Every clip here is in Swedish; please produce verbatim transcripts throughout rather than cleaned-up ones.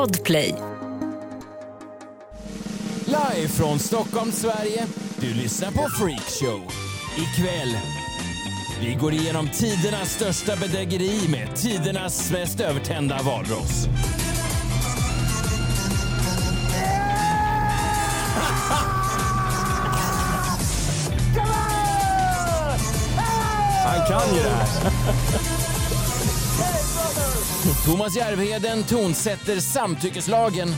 Podplay. Live från Stockholm, Sverige. Du lyssnar på Freak Show. Ikväll, vi går igenom tidernas största bedrägeri med tidernas mest övertända valross. Han kan ju det här. Thomas Järvheden tonsätter samtyckeslagen.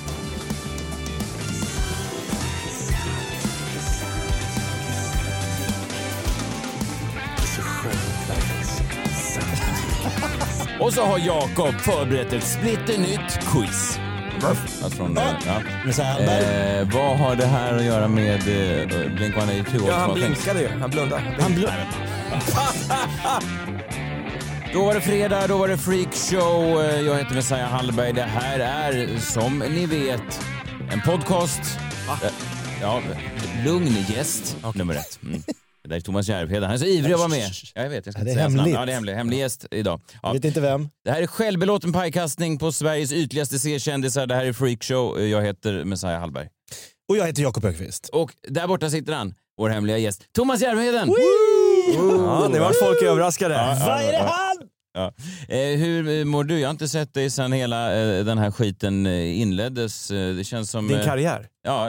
Och så har Jakob förberett ett splitternytt quiz. Alltså från, ja. Ja. Eh, vad har det här att göra med eh, Blink one eighty-two? Ja, han blinkade ju. Han blundade. Han blundade. Då var det fredag, då var det Freak Show. Jag heter Messiah Hallberg. Det här är, som ni vet, en podcast. Va? Ja, lugn gäst, okay. Nummer ett. Mm. Det är Thomas Järvheden. Han är så ivrig att vara med. Ja, jag vet, jag ska ja, det är säga hemligt. Ja, det är hemlig, hemlig gäst idag. Ja. Jag vet inte vem. Det här är självbelåten pajkastning på Sveriges ytligaste C-kändisar. Det här är Freak Show. Jag heter Messiah Hallberg. Och jag heter Jakob Högqvist. Och där borta sitter han, vår hemliga gäst, Thomas Järvheden. Ja, det var folk överraskade. Ja, ja, vad är det han? Ja. Eh, hur mår du? Jag har inte sett dig sedan hela eh, den här skiten eh, inleddes. Eh, det känns som... Din eh, karriär? Ja.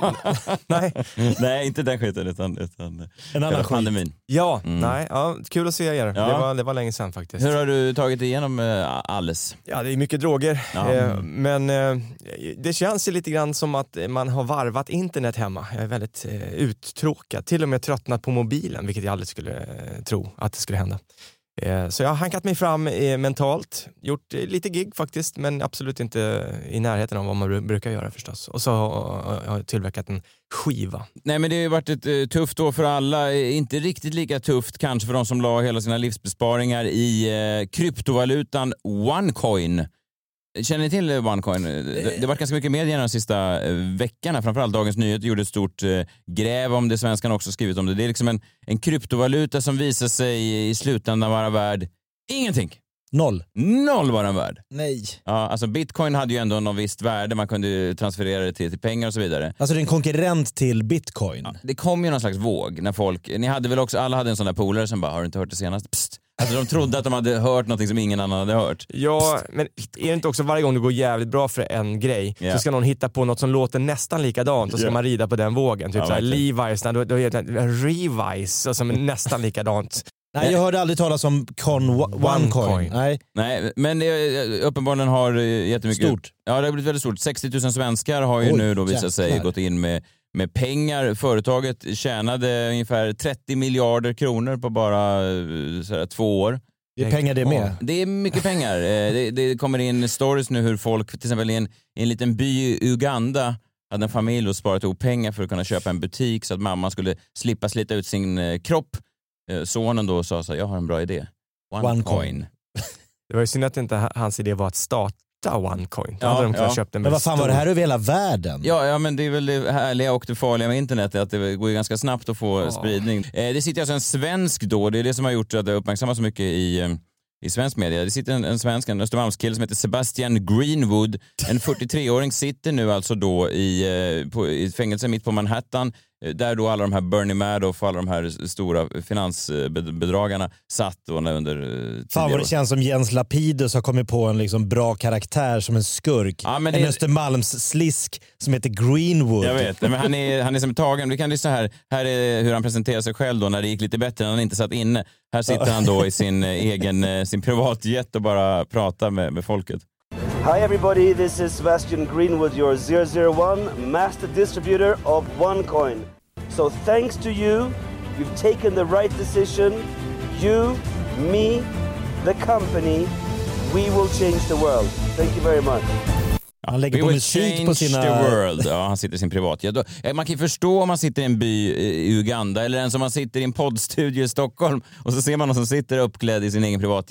Nej. Nej, inte den skiten utan, utan en annan pandemin. skit. Ja, mm. nej. Ja, kul att se er. Ja. Det, var, det var länge sedan faktiskt. Hur har du tagit dig igenom eh, alles? Ja, det är mycket droger. Eh, men eh, det känns ju lite grann som att man har varvat internet hemma. Jag är väldigt eh, uttråkad. Till och med tröttnat på mobilen, vilket jag aldrig skulle eh, tro att det skulle hända. Så jag har hankat mig fram mentalt, gjort lite gig faktiskt, men absolut inte i närheten av vad man brukar göra förstås. Och så har jag tillverkat en skiva. Nej, men det har ju varit ett uh, tufft år för alla, inte riktigt lika tufft kanske för de som la hela sina livsbesparingar i uh, kryptovalutan OneCoin. Känner ni till OneCoin? Det har varit ganska mycket media de sista veckorna. Framförallt Dagens Nyheter gjorde ett stort gräv om det. Svenskan också skrivit om det. Det är liksom en, en kryptovaluta som visar sig i slutändan vara värd ingenting. Noll. Noll var den värd. Nej. Ja, alltså Bitcoin hade ju ändå något visst värde. Man kunde transferera det till, till pengar och så vidare. Alltså det är en konkurrent till Bitcoin. Ja, det kom ju någon slags våg när folk... Ni hade väl också... Alla hade en sån där polare som bara, har du inte hört det senast? Psst. Alltså de trodde att de hade hört något som ingen annan hade hört. Ja, men är det inte också varje gång det går jävligt bra för en grej yeah. så ska någon hitta på något som låter nästan likadant och så ska yeah. man rida på den vågen. Typ ja, såhär Levi's, då, då heter det Revice och som är nästan likadant. Nej, jag hörde aldrig talas om con, OneCoin. Nej. Nej, men det, uppenbarligen har jättemycket... Stort. Ja, det har blivit väldigt stort. sextio tusen svenskar har ju Oj, nu då visat sig gått in med, med pengar. Företaget tjänade ungefär trettio miljarder kronor på bara sådär, två år. Det är pengar det med. Det är mycket pengar. det, det kommer in stories nu hur folk, till exempel i en, i en liten by i Uganda, hade en familj och sparat ihop pengar för att kunna köpa en butik så att mamma skulle slippa slita ut sin eh, kropp. Sonen då sa så här, jag har en bra idé. OneCoin. One det var ju synd att inte hans idé var att starta OneCoin. Då ja, hade de kunnat ja. köpt en men vad fan stor... var det här över hela världen? Ja, ja, men det är väl det härliga och det farliga med internet, att det går ju ganska snabbt att få ja. spridning. Eh, det sitter alltså en svensk då, det är det som har gjort att det uppmärksammas så mycket i... i svensk media. Det sitter en, en svensk, en Östermalmskille som heter Sebastian Greenwood. En fyrtiotre-åring sitter nu alltså då i, på, i ett fängelse mitt på Manhattan, där då alla de här Bernie Madoff och alla de här stora finansbedragarna satt under Fan vad det känns som Jens Lapidus har kommit på en liksom bra karaktär som en skurk. Ja, men en det... Östermalms slisk som heter Greenwood. Jag vet, men han är, han är som tagen. Vi kan lyssna här. Här är hur han presenterar sig själv då när det gick lite bättre, när han inte satt inne. Här sitter han då i sin egen sin privatjet och bara pratar med, med folket. Hi everybody, this is Sebastian Greenwood, your zero zero one master distributor of OneCoin. So thanks to you, you've taken the right decision. You, me, the company, we will change the world. Thank you very much. Han lägger på musik på sina... the world. Ja, han sitter i sin privatjet. Man kan ju förstå om man sitter i en by i Uganda eller en som man sitter i en poddstudio i Stockholm och så ser man någon som sitter uppklädd i sin egen privatjet,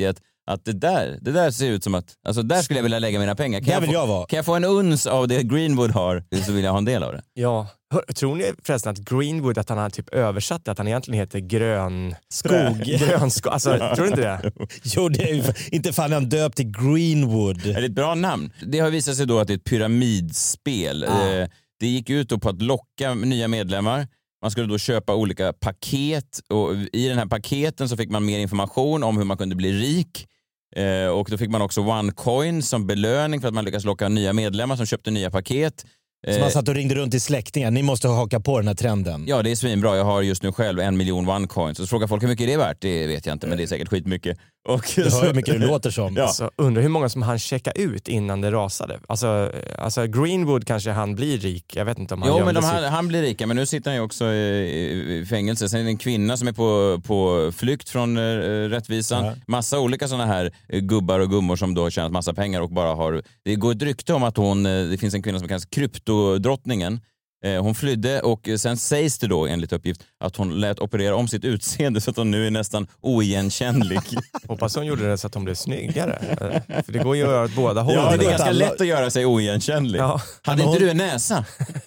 att det där, det där ser ut som att, alltså där skulle jag vilja lägga mina pengar. Kan, Där jag vill få, jag vara. kan jag få en uns av det Greenwood har, så vill jag ha en del av det. Ja. Hör, tror ni förresten att Greenwood, att han har typ översatt det, att han egentligen heter grön Skog. grönskog? Alltså, tror du inte det? Jo, det är ju, inte fan är han döpt till Greenwood. Är det ett bra namn? Det har visat sig då att det är ett pyramidspel. Ah. Eh, det gick ut då på att locka nya medlemmar. Man skulle då köpa olika paket och i den här paketen så fick man mer information om hur man kunde bli rik. Eh, och då fick man också OneCoin som belöning för att man lyckas locka nya medlemmar som köpte nya paket. Så man satt och ringde runt till släktingar. Ni måste haka på den här trenden. Ja, det är svinbra. Jag har just nu själv en miljon OneCoins. Så frågar folk hur mycket det är värt. Det vet jag inte, men det är säkert skitmycket. Och Du hör så, hur mycket det låter som. Ja. Alltså, undrar hur många som han checka ut innan det rasade. Alltså, alltså Greenwood kanske han blir rik. Jag vet inte om han Jo, men de, sig. han, han blir rika, men nu sitter han ju också i, i fängelse. Sen är det en kvinna som är på, på flykt från uh, rättvisan. Ja. Massa olika sådana här uh, gubbar och gummor som då har tjänat massa pengar och bara har... Det går ett rykte om att hon, uh, det finns en kvinna som kallas kryptodrottningen. Hon flydde och sen sägs det då enligt uppgift att hon lät operera om sitt utseende så att hon nu är nästan oigenkännlig. Hoppas hon gjorde det så att hon blev snyggare. För det går ju att göra åt båda hållen. Ja, det är ganska alla- lätt att göra sig oigenkännlig. Ja. Hade Men inte hon- du en näsa?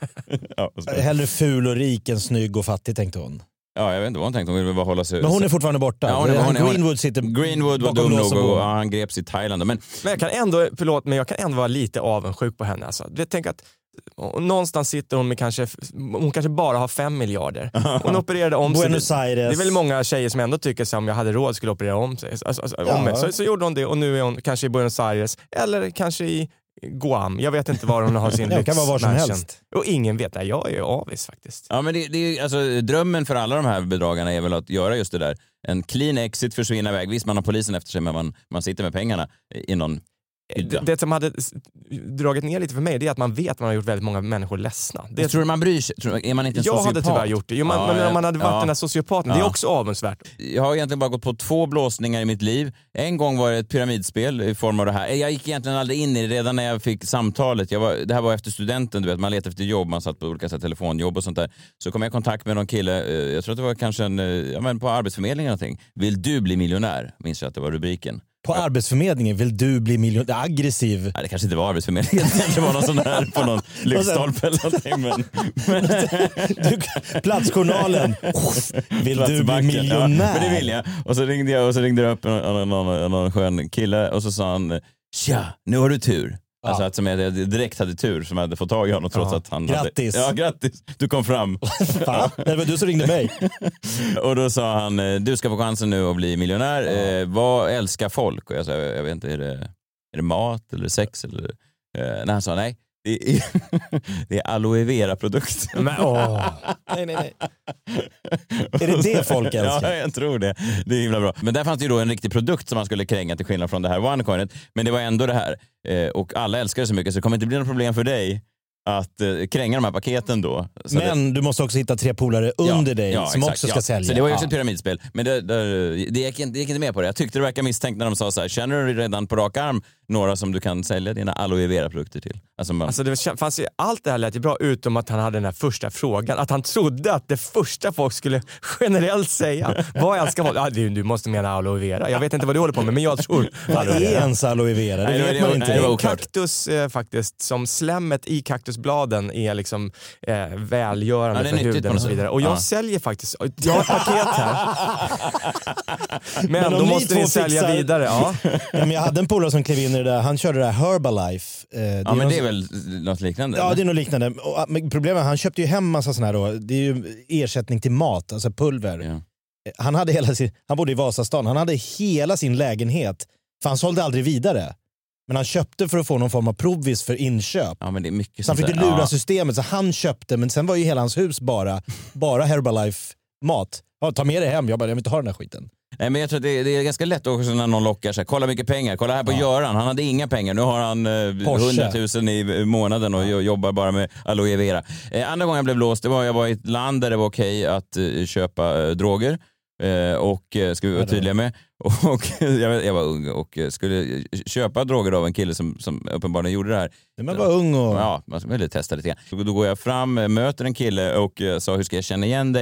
ja, och så- Hellre ful och rik än snygg och fattig, tänkte hon. ja, jag vet inte vad hon tänkte. Hon ville bara hålla sig... Men hon är fortfarande borta. Ja, hon är- Han hon är- hon är- Greenwood sitter Greenwood var bakom dum lås nog och och bom. ja, han greps i Thailand. Men Men jag kan ändå, förlåt, men jag kan ändå vara lite avundsjuk på henne. Alltså. Jag tänker att och någonstans sitter hon med kanske, hon kanske bara har fem miljarder. Hon opererade om sig. Buenos Aires. Det är väl många tjejer som ändå tycker att om jag hade råd skulle operera om sig. Alltså, alltså, Ja. om mig. Så, så gjorde hon det och nu är hon kanske i Buenos Aires eller kanske i Guam. Jag vet inte var hon har sin Det kan vara var som lyxmansion. helst. Och ingen vet. Nej, jag är ju avis faktiskt. ja, men det, det är, alltså, drömmen för alla de här bedragarna är väl att göra just det där. En clean exit, försvinna iväg. Visst, man har polisen efter sig, men man, man sitter med pengarna i någon Det, det som hade s- dragit ner lite för mig det är att man vet att man har gjort väldigt många människor ledsna. Det Jag tror man bryr sig. Tror, är man inte en jag sociopat? hade tyvärr gjort det. Jo, man, Ja, men om man hade varit ja. den där sociopaten, det är Ja. också avundsvärt. Jag har egentligen bara gått på två blåsningar i mitt liv. En gång var det ett pyramidspel i form av det här. Jag gick egentligen aldrig in i det redan när jag fick samtalet. Jag var, det här var efter studenten, du vet. Man letade efter jobb, man satt på olika sätt, telefonjobb och sånt där. Så kom jag i kontakt med någon kille, eh, jag tror att det var kanske en, eh, ja, men på Arbetsförmedlingen eller någonting. Vill du bli miljonär? Minns jag att det var rubriken. På Arbetsförmedlingen, vill du bli miljonär? Aggressiv. Nej, det kanske inte var Arbetsförmedlingen. Det var någon sån här på någon lyktstolpe eller någonting. Men, men, Du, Platsjournalen. Vill du bli Platsbacken. miljonär? Ja, men det vill jag. Och så ringde jag och så ringde det upp någon, någon, någon skön kille och så sa han, tja, nu har du tur. Ja. Alltså att som jag direkt hade tur som hade fått tag i honom trots Ja. att han Grattis. hade... Ja, grattis. Du kom fram. Fan, det var du som ringde mig. Och då sa han, du ska få chansen nu att bli miljonär. Ja. Eh, vad älskar folk? Och jag sa, jag vet inte, är det, är det mat eller sex? Eller, eh, när han sa nej, det är, det är aloe vera-produkter. Men, åh. Nej, nej, nej. Är det det folk älskar? Ja, jag tror det. Det är himla bra. Men där fanns det ju då en riktig produkt som man skulle kränga till skillnad från det här OneCoinet. Men det var ändå det här. Eh, och alla älskar det så mycket så det kommer inte bli något problem för dig att eh, kränga de här paketen då. Så Men det, du måste också hitta tre polare under dig som exakt, också ska ja. sälja. Så det var ju också Ja. ett pyramidspel. Men det, det, det, gick inte, det gick inte med på det. Jag tyckte det verkar misstänkt när de sa så här, känner du redan på rak arm några som du kan sälja dina aloe vera-produkter till? Alltså, man, Alltså det fanns ju, allt det här lät ju bra utom att han hade den här första frågan. Att han trodde att det första folk skulle generellt säga, vad älskar folk? Ja, du, du måste mena aloe vera. Jag vet inte vad du håller på med, men jag tror Vad aloe är vera. ens aloe vera? Det Nej, det var- vet man det var- inte. nej, det var En oklart. kaktus eh, faktiskt, som slemmet i kaktusbladen är liksom eh, välgörande Ja, det är för nyttigt på huden och något så sätt. vidare. Och jag Ja. säljer faktiskt, jag har ett paket här. Men, Men om då ni måste två ni sälja fixar- vidare. Ja. Ja, men jag hade en polare som klev in i det där, han körde det där Herbalife. Eh, det ja, är men någon- det är väl något liknande? Ja, eller? det är nog liknande. Och, ah, men problemet är att han köpte ju hem massa sådana här då. Det är ju ersättning till mat, alltså pulver. Ja. Han hade hela sin, han bodde i Vasastan, han hade hela sin lägenhet, för han sålde aldrig vidare. Men han köpte för att få någon form av provis för inköp. Ja, men det är mycket Så han sånt fick där. lura Ja. systemet, så han köpte, men sen var ju hela hans hus bara, bara Herbalife-mat. Ja, ta med det hem, jag bara, jag vill inte ha den här skiten. Nej, men jag tror att det, det är ganska lätt också när någon lockar sig. Kolla mycket pengar, kolla här på Göran, han hade inga pengar. Nu har han eh, Porsche. hundratusen i månaden och jo- jobbar bara med aloe vera. Eh, andra gången jag blev blåst, det var jag var i ett land där det var okej att eh, köpa eh, droger. Eh, och eh, ska vi vara tydliga med. Och jag, jag var ung och eh, skulle köpa droger av en kille som, som uppenbarligen gjorde det här. Men man var ung och... Ja, man ville testa lite grann. Så då går jag fram, möter en kille och eh, sa hur ska jag känna igen dig?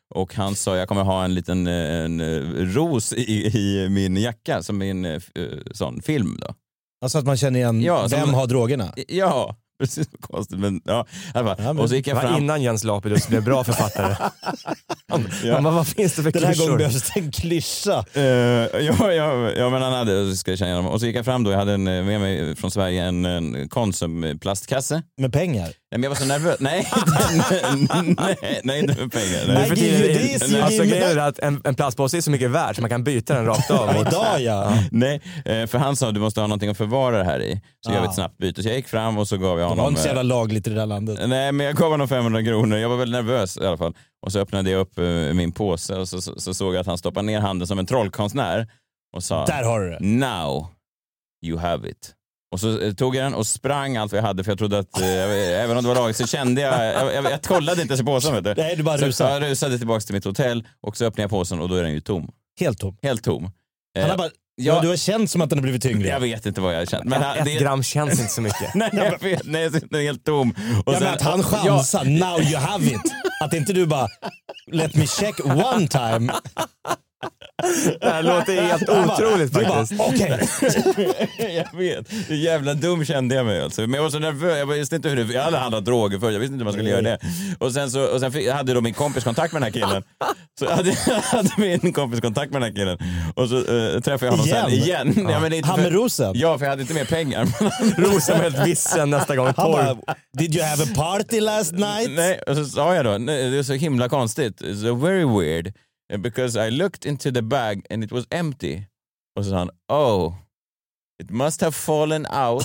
Och han sa, jag kommer ha en liten en, en ros i, i min jacka som i en uh, sån film då. Alltså att man känner igen ja, vem som, har drogerna? Ja, precis, konstigt. Men, ja, ja, men, och så gick jag fram... innan Jens Lapidus blev bra författare. ja. Men vad finns det för Den här gången behövs det en klyscha. Uh, ja, ja, ja, men han hade, ska jag känna, och så gick jag fram då, jag hade en, med mig från Sverige en, en Konsum-plastkasse. Med pengar? Nej, men jag var så nervös. Nej, nej, nej, inte med pengar. Nej. För tiden, en, alltså grejen är att en, en plastpåse är så mycket värd så man kan byta den rakt av. Mot. Idag, ja. Nej, för han sa du måste ha någonting att förvara det här i. Så ah. jag vet snabbt byte. Så jag gick fram och så gav jag honom... Det var inte så jävla lagligt i det där landet. Nej, men jag gav honom femhundra kronor. Jag var väldigt nervös i alla fall. Och så öppnade jag upp uh, min påse och så, så, så såg jag att han stoppade ner handen som en trollkonstnär och sa... Där har du det. Now you have it. Och så uh, tog jag den och sprang allt vad jag hade för jag trodde att, uh, även om det var lagligt så kände jag... Jag, jag, jag kollade inte så påsen, vet du. Nej, du bara rusade. Så jag rusade tillbaka till mitt hotell och så öppnade jag påsen och då är den ju tom. Helt tom? Helt tom. Han har bara... Ja, ja, du har känt som att den har blivit tyngre. Jag vet inte vad jag har känt. Men ett, han, ett det... gram känns inte så mycket. nej, jag vet, nej, den är helt tom. Och ja, sen, att han chansar, ja. Now you have it. Att inte du bara, let me check one time. Det här låter helt otroligt faktiskt. Okej. Okay. Jag vet. Det är jävla dum kände jag mig alltså. Men jag var så nervös. Jag visste inte hur det... Jag hade handlat droger förr. Jag visste inte hur man skulle göra det. Och sen, så, och sen fick, hade då min kompis kontakt med den här killen. Så hade, hade min kompis kontakt med den här killen. Och så uh, träffade jag honom igen. sen igen. Ja. Ja, men inte han med rosen? Ja, för jag hade inte mer pengar. Rosen var helt vissen nästa gång. Han bara, did you have a party last night? Nej, och så sa jag då, nej, det är så himla konstigt. It's so very weird. Because I looked into the bag and it was empty. Och så sa han, oh, it must have fallen out.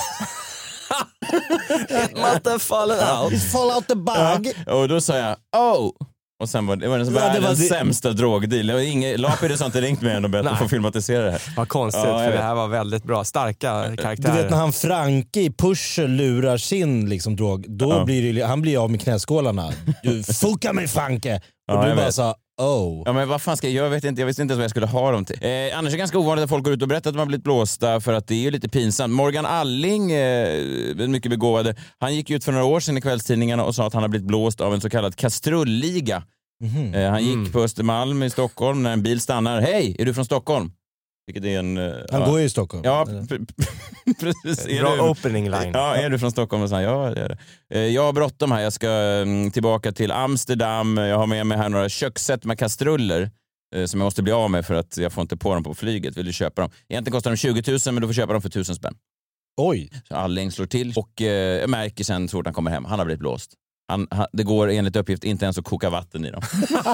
It must have fallen out. It fall out the bag. Ja, och då sa jag, oh. Och sen var det, det var den ja, det... sämsta drogdeal. Det var ingen, Lapidus har inte ringt med än och bett att få filmatisera det här. Vad konstigt, ja, för vet. Det här var väldigt bra. Starka karaktärer. Du vet när han Franke i Pusher lurar sin liksom, drog, då ja. blir det, han blir av med knäskålarna. Du fuckar mig Franke. Och ja, du bara sa, oh. Ja, men vad fan ska jag, jag vet inte, jag visste inte ens vad jag skulle ha dem till. Eh, annars är det ganska ovanligt att folk går ut och berättar att de har blivit blåsta för att det är ju lite pinsamt. Morgan Alling, eh, mycket begåvade, han gick ut för några år sedan i kvällstidningarna och sa att han har blivit blåst av en så kallad kastrulliga. Mm-hmm. Eh, han gick mm. på Östermalm i Stockholm när en bil stannar. Hej, är du från Stockholm? Vilket är en, uh, han ja. går ju i Stockholm. Ja, precis. Är bra du, opening line. Ja, är du från Stockholm? Och så, ja, det är det. Uh, jag har bråttom här. Jag ska um, tillbaka till Amsterdam. Jag har med mig här några köksset med kastruller uh, som jag måste bli av med för att jag får inte på dem på flyget. Vill du köpa dem? Egentligen kostar de tjugo tusen men du får köpa dem för tusen spänn. Oj. Så Alling slår till och uh, jag märker sen så fort han kommer hem. Han har blivit blåst. Han, han, det går enligt uppgift inte ens att koka vatten i dem.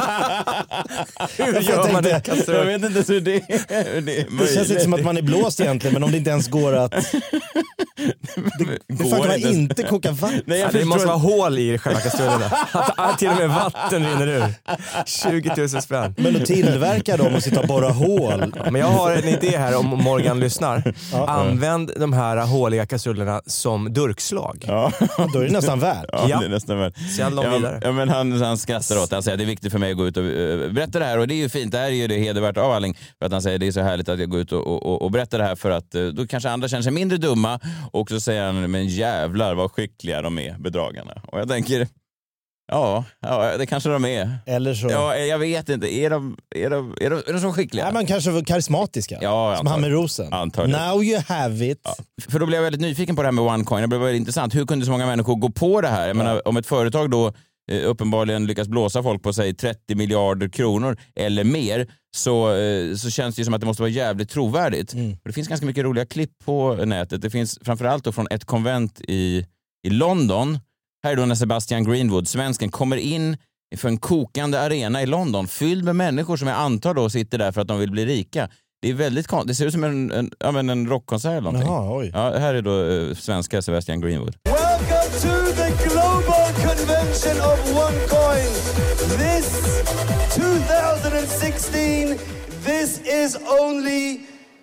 Hur gör man det? Jag vet inte hur det är. Det, det känns inte som att man är blåst egentligen, men om det inte ens går att... Det, det går faktiskt man inte koka vatten. Nej, ja, det måste vara hål i själva kastrullerna. Att till och med vatten rinner ur. tjugo tusen spänn. Men då tillverkar de och sitta och borra hål. Men jag har en idé här om Morgan lyssnar. Ja. Använd de här håliga kastrullerna som durkslag. Ja. Då är det nästan värt. Ja, ja. Det är nästan värt. Ja, ja, men han, han skrattar åt det. Han säger att det är viktigt för mig att gå ut och uh, berätta det här. Och det är ju fint. Det här är ju det hedervärt av Alling. För att han säger att det är så härligt att jag går ut och, och, och berättar det här för att uh, då kanske andra känner sig mindre dumma. Och så säger han, men jävlar vad skickliga de är, bedragarna. Och jag tänker, ja, ja det kanske de är. Eller så. Ja, jag vet inte. Är de, är de, är de, är de så skickliga? Nej, man kanske var karismatiska. Ja, som han med rosen. Antagligen. Now you have it. Ja. För då blev jag väldigt nyfiken på det här med OneCoin. Det blev väldigt intressant. Hur kunde så många människor gå på det här? Jag ja. menar, om ett företag då eh, uppenbarligen lyckas blåsa folk på sig trettio miljarder kronor eller mer, så, eh, så känns det ju som att det måste vara jävligt trovärdigt. Mm. För det finns ganska mycket roliga klipp på nätet. Det finns framförallt då från ett konvent i, i London. Här är då när Sebastian Greenwood, svensken, kommer in för en kokande arena i London fylld med människor som jag antar då sitter där för att de vill bli rika. Det är väldigt konstigt. Det ser ut som en, en, ja, men en rockkonsert eller någonting. Jaha, oj. Ja, här är då uh, svenska Sebastian Greenwood. Welcome to the Global Convention of OneCoin. This twenty sixteen, this is only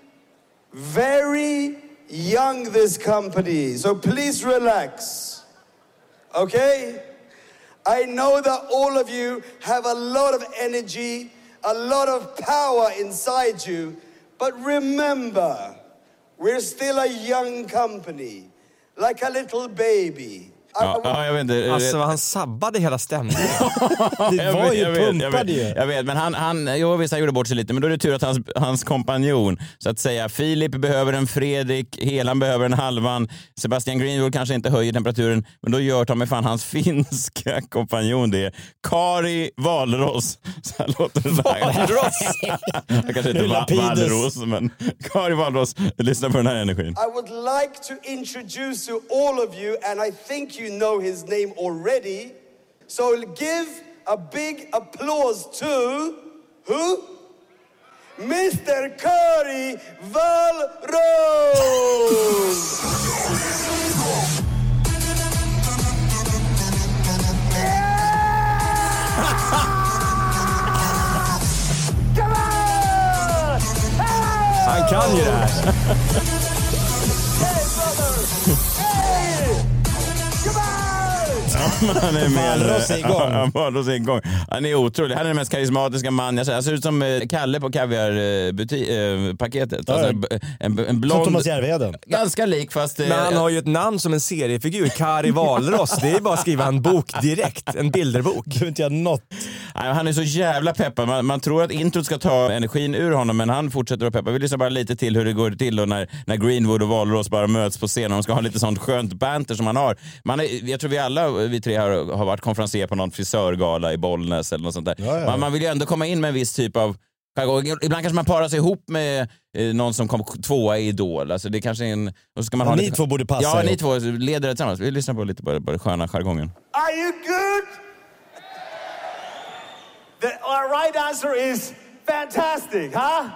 very young, this company. So please relax. Okay? I know that all of you have a lot of energy, a lot of power inside you, but remember, we're still a young company, like a little baby. Ja, ja, jag vet inte. Alltså han sabbade hela stämningen. Det var ju pumpade ju. Jag vet, men han, han, jo, visst, han gjorde bort sig lite, men då är det tur att hans, hans kompanjon, så att säga, Filip behöver en Fredrik, Helan behöver en Halvan, Sebastian Greenwood kanske inte höjer temperaturen, men då gör ta mig fan hans finska kompanjon det. Kari Valros. Så här låter det så här. Valros? kanske inte va- Valros, men Kari Valros, lyssna på den här energin. I would like to introduce to all of you, and I think you know his name already. So give a big applause to who? Mister Kari Valros! Han kan ju det här. Han är med. Valros är igång. Ja, Valros är igång. Han är otrolig. Han är den mest karismatiska man jag ser. Han ser ut som eh, Kalle på kaviarpaketet. Eh, alltså, Ja, en, en blond... Som Thomas Järvheden. Ganska lik, fast... Eh, Men han har ju ett namn som en seriefigur, Kari Valros. Det är bara att skriva en bok direkt, en bilderbok. Du inte göra något. Nej, han är så jävla peppad. Man, man tror att introt ska ta energin ur honom, men han fortsätter att peppa. Vi lyssnar bara lite till hur det går till då när, när Greenwood och Valros bara möts på scenen. De ska ha lite sånt skönt banter som han har. Man är, jag tror vi alla, vi tre har, har varit konferenser på någon frisörgala i Bollnäs eller något sånt där. Ja, ja. Man, man vill ju ändå komma in med en viss typ av... Ibland kanske man parar sig ihop med eh, någon som kom tvåa i Idol. Alltså det kanske är en... Och så ska man Ja, ha ni lite, två borde passa Ja, ihop. ni två leder det tillsammans. Vi lyssnar på lite på, på den sköna jargongen. Are you good? The our right answer is fantastic, huh?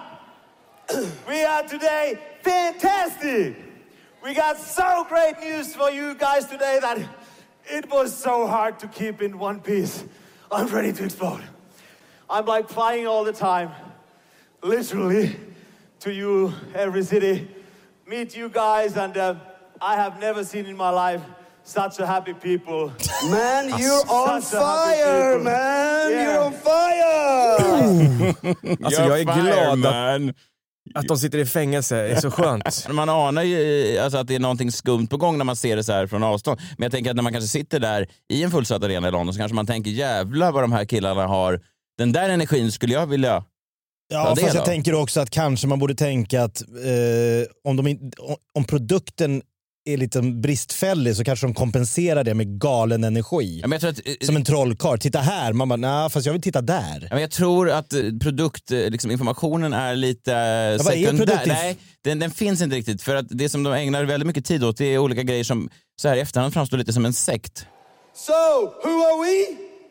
We are today fantastic. We got so great news for you guys today that it was so hard to keep in one piece. I'm ready to explode. I'm like flying all the time, literally, to you, every city, meet you guys, and uh, I have never seen in my life such a happy people. Man, you're on Such a happy fire, people. man! Yeah. You're on fire! Alltså jag är glad att, man. att de sitter i fängelse, det är så skönt. Man anar ju alltså, att det är någonting skumt på gång när man ser det så här från avstånd. Men jag tänker att när man kanske sitter där i en fullsatt arena i London så kanske man tänker jävlar vad de här killarna har. Den där energin skulle jag vilja... Ja, Ja, det fast då. jag tänker också att kanske man borde tänka att eh, om, de in, om, om produkten är lite bristfällig så kanske de kompenserar det med galen energi. Ja, men jag tror att, eh, Som en trollkarl. Titta här. Man bara, nej, fast jag vill titta där. ja, men jag tror att eh, produktinformationen liksom, informationen är lite eh, vad är sekundär. produktiv- Nej, den, den finns inte riktigt. För att det som de ägnar väldigt mycket tid åt det är olika grejer som så här i efterhand framstår lite som en sekt. So, who are we?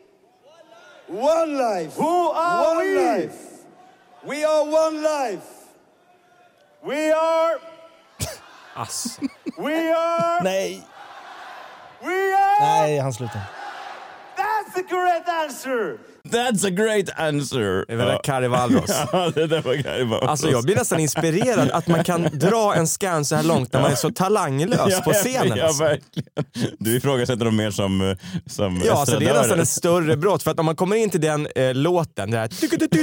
One life. Who are one we? life. We are one life. We are, Ass. we are, Nej, we are. nej, han slutar. That's the correct answer. That's a great answer. Det är väl Kari Valros. Ja, det där var Kari Valros. Alltså jag blir nästan inspirerad att man kan dra en scan så här långt när man är så talanglös på scenen. Ja, Alltså. verkligen. Du ifrågasätter dem mer som, som Ja, alltså det är nästan estradörer. ett större brott. För att om man kommer in till den eh, låten, där,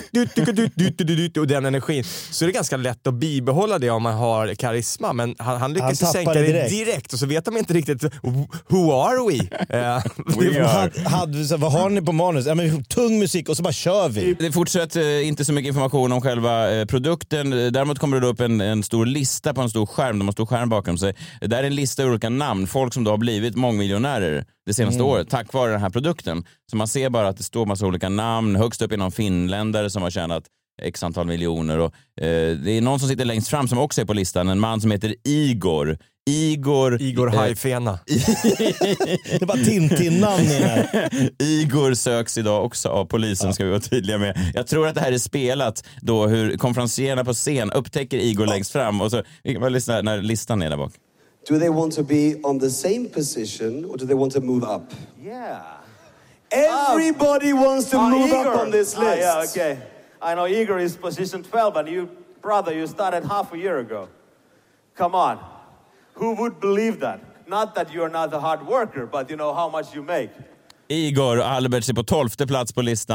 och den energin, så är det ganska lätt att bibehålla det om man har karisma. Men han, han lyckas Han ju tappar sänka det det direkt. direkt. Och så vet de inte riktigt, who are we? Eh, We are. Had, hade, så, vad har ni på manus? Ja, men, tung musik och så bara kör vi. Det fortsätter inte så mycket information om själva eh, produkten. Däremot kommer det då upp en, en stor lista på en stor skärm. De har stor skärm bakom sig. Där är en lista av olika namn. Folk som då har blivit mångmiljonärer det senaste Mm. året tack vare den här produkten. Så man ser bara att det står massa olika namn. Högst upp är någon finländare som har tjänat x antal miljoner. Och, eh, det är någon som sitter längst fram som också är på listan. En man som heter Igor. Igor... Igor eh, Hajfena. Det är bara Tintin-namn i det här. Igor söks idag också av polisen, ska vi vara tydliga med. Jag tror att det här är spelat då hur konferencierna på scen upptäcker Igor längst fram. Och så, vi kan bara lyssna när listan är där bak. Do they want to be on the same position or do they want to move up? Yeah. Everybody wants to Ah, move Igor. up on this list. Ah, yeah, okay. I know Igor is position twelve, and you, brother, you started half a year ago. Come on. Who would believe that? Not that you're not a hard worker, but you know how much you make. Igor och Albert är på tolfte plats på listan.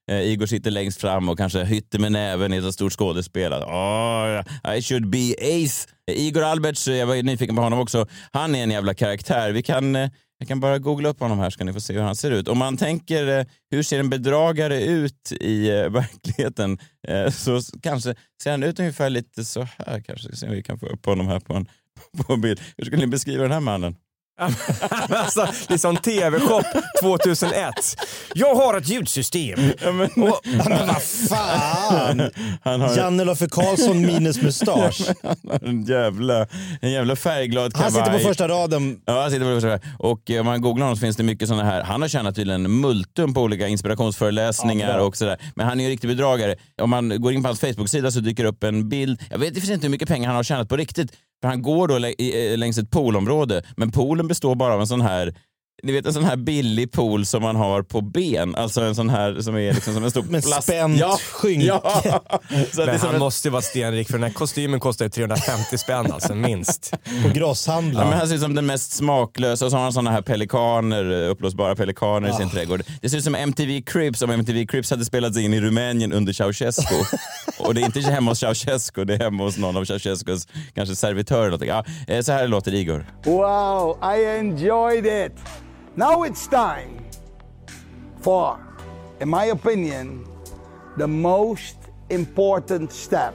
Eh, Igor sitter längst fram och kanske hytter med näven i ett stort skådespel. Oh, I should be Ace. Igor Alberts, jag var nyfiken på honom också. Han är en jävla karaktär. Vi kan, eh, jag kan bara googla upp honom här, ska ni få se hur han ser ut. Om man tänker, eh, hur ser en bedragare ut i eh, verkligheten, eh, så kanske ser han ut ungefär lite så här. Kanske ska se om vi kan få upp honom här på en, på en bild. Hur skulle ni beskriva den här mannen? Alltså, liksom T V-shop tjugohundraett. Jag har ett ljudsystem. Ja, men, Och, men vad fan! han har Janne Loffe Karlsson minus mustasch. han har en jävla, en jävla färgglad kavaj. Han sitter på första raden. Ja, han sitter på första raden. Och om man googlar honom så finns det mycket sådana här. Han har tjänat tydligen multum på olika inspirationsföreläsningar ja, och sådär. Men han är ju riktig bedragare. Om man går in på hans Facebook-sida så dyker upp en bild. Jag vet inte hur mycket pengar han har tjänat på riktigt. För han går då längs ett poolområde. Men poolen består bara av en sån här, ni vet en sån här billig pool som man har på ben. Alltså en sån här som är liksom som en stor med plast. spänt ja, skynke. Ja. Så Men han ett... måste ju vara stenrik, för den här kostymen kostar trehundrafemtio spänn alltså, minst. På grosshandlaren. Ja, men han ser ut som den mest smaklösa, och så har han såna här pelikaner, uppblåsbara pelikaner ah. i sin trädgård. Det ser ut som M T V Cribs, om M T V Cribs hade spelats in i Rumänien under Ceausescu. Och det är inte hemma hos Ceausescu, det är hemma hos någon av Ceausescus kanske servitörer. Ja, så här låter Igor. Wow, I enjoyed it. Now it's time for, in my opinion, the most important step.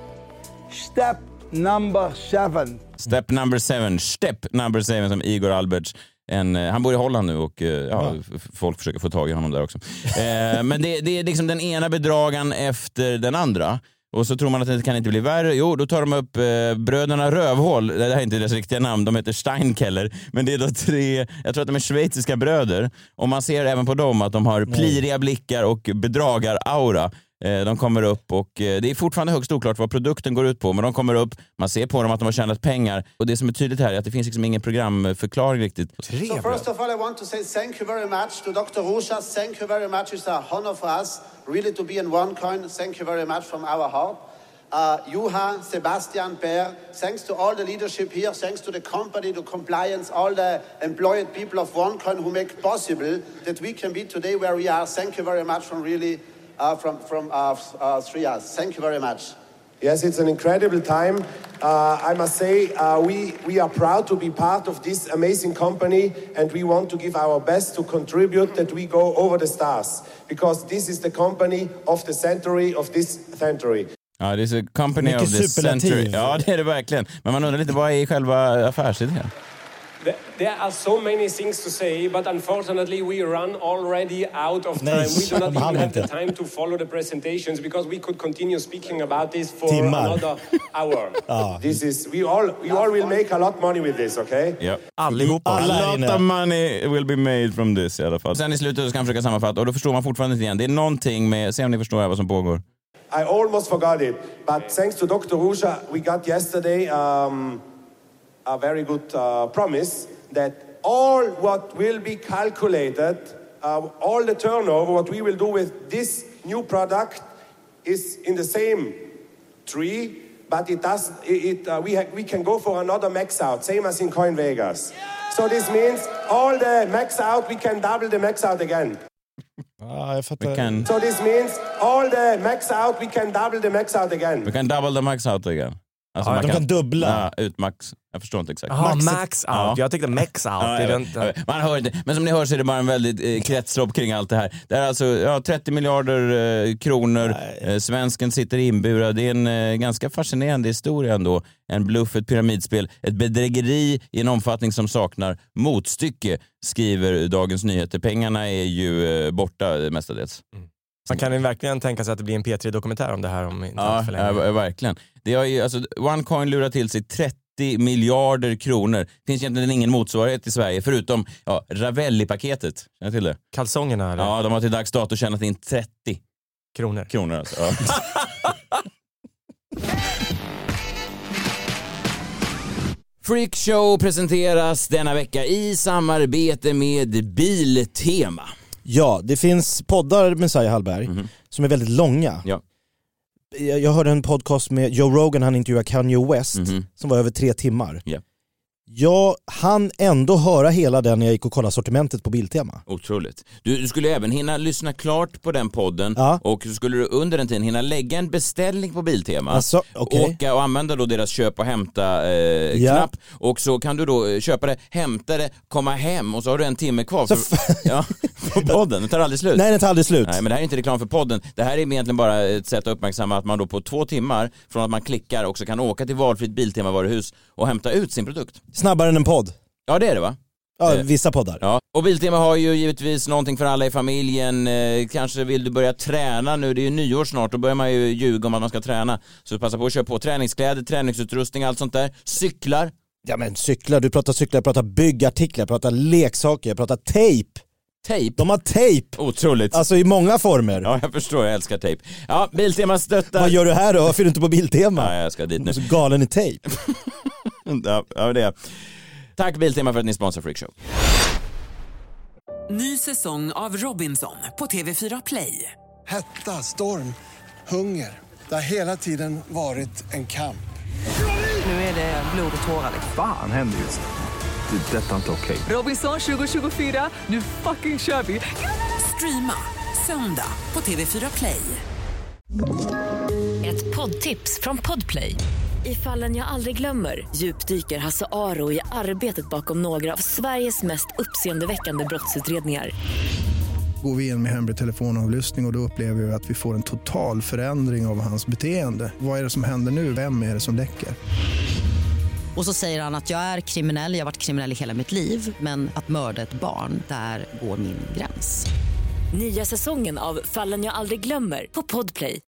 Step number seven. Step number seven. Step number seven, som Igor Alberts. En, han bor i Holland nu och ja, folk försöker få tag i honom där också. Eh, men det, det är liksom den ena bedragan efter den andra. Och så tror man att det kan inte bli värre. Jo, då tar de upp eh, bröderna Rövhål. Det här är inte deras riktiga namn, de heter Steinkeller. Men det är då tre, jag tror att de är schweiziska bröder. Och man ser även på dem att de har pliriga blickar och bedragar-aura. Eh, de kommer upp och eh, det är fortfarande högst oklart vad produkten går ut på. Men de kommer upp, man ser på dem att de har tjänat pengar. Och det som är tydligt här är att det finns liksom ingen programförklaring riktigt. So first of all I want to say thank you very much to doctor Rusha. Thank you very much. It's a honor for us really to be in OneCoin. Thank you very much from our heart. Uh, Juha, Sebastian, Per, thanks to all the leadership here, thanks to the company, the compliance, all the employed people of OneCoin who make possible that we can be today where we are. Thank you very much from really, uh, from, from uh, uh, three us. Thank you very much. Yes, it's an incredible time. Uh, I must say, uh, we, we are proud to be part of this amazing company, and we want to give our best to contribute that we go over the stars, because this is the company of the century, of this century. Ja, det är company mycket of the century. Ja, det är det verkligen. Men man undrar lite, vad är själva affärsidén? There are so many things to say, but unfortunately we run already out of time. Nej, we do not even have inte. the time to follow the presentations because we could continue speaking about this for Timmar. another hour. Ja. This is, we all, we all will make a lot money with this, okay? Ja. Allihopa. A Alla här lot inne. of money will be made from this i alla fall. Sen i slutet ska han försöka sammanfatta och då förstår man fortfarande inte igen. Det är någonting med, se om ni förstår här vad som pågår. I almost forgot it, but thanks to doctor Rusha, we got yesterday um, a very good uh, promise that all what will be calculated, uh, all the turnover, what we will do with this new product is in the same tree, but it does, it, it uh, we, ha- we can go for another max out, same as in Coin Vegas. So this means all the max out, we can double the max out again. Ja, jag fattar. We can, So this means all the max out, we can double the max out again. we can double the max out again. Alltså Ja, man de kan dubbla. Ja, ut max. Jag förstår inte exakt. Jaha, Max- max out. Ja. Jag tyckte max out. Ja, det är jag inte... vet, jag vet. Man hör inte. Men som ni hör så är det bara en väldigt eh, kretslopp kring allt det här. Det är alltså ja, trettio miljarder eh, kronor. Eh, svensken sitter inburad. Det är en eh, ganska fascinerande historia ändå. En bluff, ett pyramidspel, ett bedrägeri i en omfattning som saknar motstycke, skriver Dagens Nyheter. Pengarna är ju eh, borta eh, mestadels. Mm. Man kan ju verkligen tänka sig att det blir en P tre-dokumentär om det här om inte Ja, allt för länge. ja, verkligen. Det har ju, alltså, OneCoin lurar till sig trettio miljarder kronor. Det finns egentligen ingen motsvarighet i Sverige förutom ja, Ravelli-paketet. Känner du till det? Kalsongerna eller? Ja, de har till dags dato tjänat in trettio Kronor. kronor. Alltså. Ja. Freakshow presenteras denna vecka i samarbete med Biltema. Ja, det finns poddar med Messiah Hallberg Mhm. som är väldigt långa. Ja. Jag, jag hörde en podcast med Joe Rogan, han intervjuade Kanye West, Mhm. som var över tre timmar. Ja. Jag hann ändå höra hela den när jag gick och kollade sortimentet på Biltema. Otroligt. Du, du skulle även hinna lyssna klart på den podden ja. och så skulle du under den tiden hinna lägga en beställning på Biltema. Alltså, okay. Åka och använda då deras köp och hämta eh, ja. knapp. Och så kan du då köpa det, hämta det, komma hem och så har du en timme kvar för, ja, på podden. Det tar aldrig slut. Nej, det tar aldrig slut. Nej, men det här är inte reklam för podden. Det här är egentligen bara ett sätt att uppmärksamma att man då på två timmar från att man klickar också kan åka till valfritt Biltema-varuhus och hämta ut sin produkt. Snabbare än en podd. Ja, det är det, va? Ja, vissa poddar. Ja. Och Biltema har ju givetvis någonting för alla i familjen. Eh, kanske vill du börja träna nu, det är ju nyår snart, då börjar man ju ljuga om att man ska träna. Så passa på att köpa på träningskläder, träningsutrustning, allt sånt där. Cyklar. Ja men cyklar, du pratar cyklar, jag pratar byggartiklar, jag pratar leksaker, jag pratar tejp. Tejp? De har tejp. Otroligt. Alltså i många former. Ja, jag förstår, jag älskar tejp. Ja, Biltema stöttar. Vad gör du här då? Varför är du inte på Biltema? Ja, jag ska dit nu. Du är så galen i tejp. ja, ja, det är. Tack Biltema för att ni sponsrar Freakshow. Ny säsong av Robinson på T V fyra Play. Hetta, storm, hunger. Det har hela tiden varit en kamp. Nu är det blod och tårar. Fan händer just det. Det är detta inte okej. Robinson tjugo tjugofyra, nu fucking kör vi. Streama söndag på T V fyra Play. Ett poddtips från Podplay. I Fallen jag aldrig glömmer djupdyker Hasse Aro i arbetet bakom några av Sveriges mest uppseendeväckande brottsutredningar. Går vi in med hemlig telefonavlyssning och, och då upplever vi att vi får en total förändring av hans beteende. Vad är det som händer nu? Vem är det som läcker? Och så säger han att jag är kriminell, jag har varit kriminell i hela mitt liv, men att mörda ett barn, där går min gräns. Nya säsongen av Fallen jag aldrig glömmer på Podplay.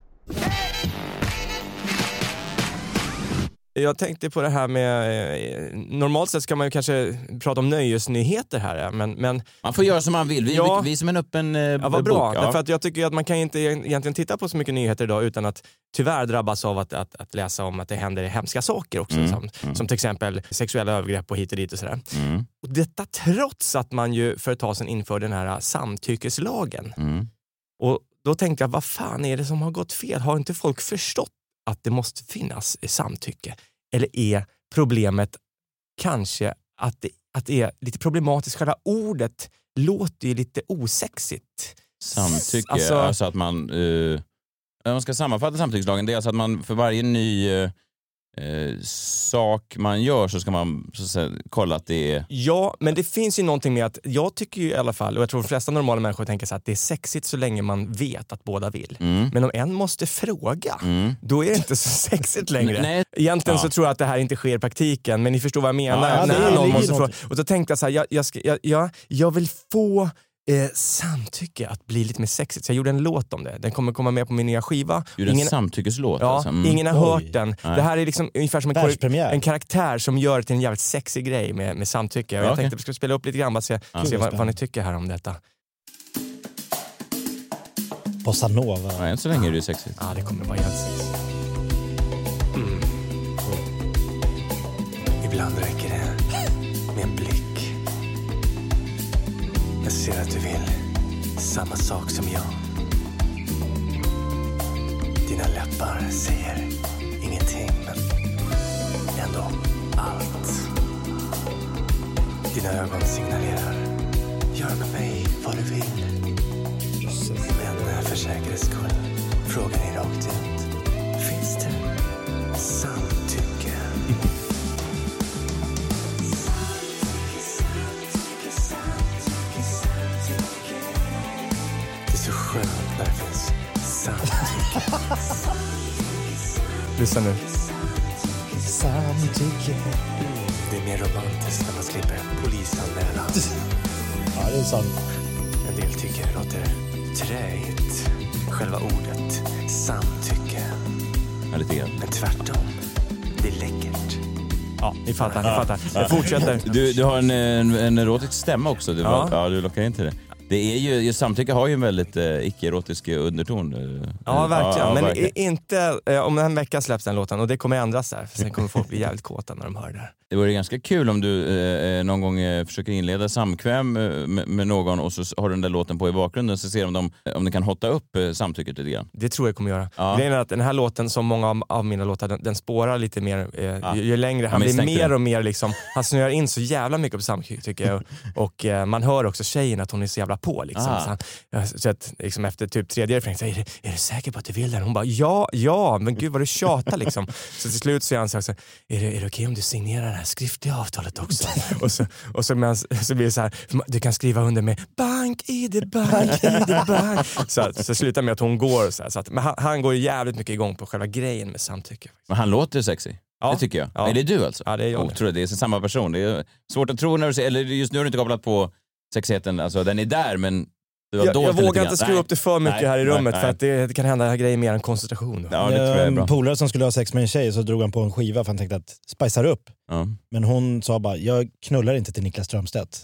Jag tänkte på det här med, normalt sett ska man ju kanske prata om nöjesnyheter här, men... men man får göra som man vill, vi, ja, vi, vi som en öppen eh, ja, vad bok. Bra, ja. Därför att jag tycker att man kan inte egentligen titta på så mycket nyheter idag utan att tyvärr drabbas av att, att, att läsa om att det händer hemska saker också, Mm. som, Mm. som till exempel sexuella övergrepp och hit och dit och sådär. Mm. Och detta trots att man ju för ett tag sedan införde den här samtyckeslagen. Mm. Och då tänkte jag, vad fan är det som har gått fel? Har inte folk förstått att det måste finnas samtycke? Eller är problemet kanske att det, att det är lite problematiskt? Själva ordet låter ju lite osexigt. Samtycke, alltså, alltså att man... Uh, man ska sammanfatta samtyckeslagen, det är alltså att man för varje ny uh, uh, sak man gör så ska man så att säga, kolla att det är... Ja, men det finns ju någonting med att jag tycker ju i alla fall, och jag tror de flesta normala människor tänker så att det är sexigt så länge man vet att båda vill. Mm. Men om en måste fråga, mm. då är det inte så sexigt längre. Nej. Egentligen ja. så tror jag att det här inte sker i praktiken, men ni förstår vad jag menar. Ja, när någon måste något. fråga. Och då tänkte jag så här, jag, jag, ska, jag, jag, jag vill få eh, samtycke att bli lite mer sexigt. Så jag gjorde en låt om det. Den kommer komma med på min nya skiva. Gjorde en samtyckeslåt? Ja, alltså. mm. ingen har Oj. hört den. Nej. Det här är liksom ungefär som en, Världspremiär. en karaktär som gör det till en jävligt sexig grej med, med samtycke. Och jag Ja, okej. tänkte att vi ska spela upp lite grann och se, Ja. se vad, vad ni tycker här om detta. Bossa Nova. Ja, än så länge är det ju sexigt. Ja, det kommer vara jävligt sexigt. Mm. Ibland räcker det med en blick. Jag ser att du vill samma sak som jag. Dina läppar säger ingenting, men ändå allt. Dina ögon signalerar. Gör med mig vad du vill. Men för säkerhets skull frågar ni rakt ut. Finns det samtycke? Det är så skönt när det finns samtycke. Lyssna nu. Samtycke. Det är mer romantiskt när man slipper polisanmälan. Ja, det är sant. En del tycker det låter träigt. Själva ordet samtycke. Ja, lite grann. Men tvärtom, det är läckert. Ja, ni fattar, ni fattar. Jag fortsätter. Du, du har en, en, en erotisk stämma också. Du, Ja. ja, du lockar in till det. Det är ju, just samtycke har ju en väldigt eh, icke-erotisk underton. Eh, Ja, verkligen. ja, Men verkligen. i- inte, eh, om en vecka släpps den låten och det kommer ändras där. För sen kommer folk bli jävligt kåta när de hör det. Det vore ganska kul om du eh, någon gång eh, försöker inleda samkväm eh, med, med någon och så har du den där låten på i bakgrunden så ser de om, om den kan hotta upp eh, samtycket lite grann. Det tror jag kommer göra. Ja. Grejen är att den här låten, som många av, av mina låtar, den, den spårar lite mer eh, Ja. ju, ju längre. Han Jag blir mer det. och mer liksom, han snöar in så jävla mycket på samtycke tycker jag. Och eh, man hör också tjejen att hon är så jävla på liksom. Ah. Så, han, ja, så att liksom efter typ tredje refrängen säger, är, är du säker på att du vill den? Hon bara, ja, ja, men gud vad du tjatar liksom. Så till slut så är han så här, är det, är det okej om du signerar det här skriftliga avtalet också? och så, och så, men, så blir det så här, du kan skriva under med bank-id, bank-id, bank. Så, så slutar med att hon går så här, så att, men han, han går jävligt mycket igång på själva grejen med samtycke. Men han låter sexy. Ja. Det tycker jag. Ja. Är det du alltså? Ja, det är jag. Oh, tror jag, det är samma person. Det är svårt att tro när du ser, eller just nu har du inte kopplat på sexigheten, alltså den är där men du har Jag, dolt jag den vågar lite inte grann. skruva upp det för mycket Nej, här i nej, rummet nej. för att det, det kan hända grejer mer än koncentration. Då. Ja, det tror jag är bra. En polare som skulle ha sex med en tjej så drog han på en skiva för han tänkte att spicar upp. Ja. Men hon sa bara, jag knullar inte till Niklas Strömstedt.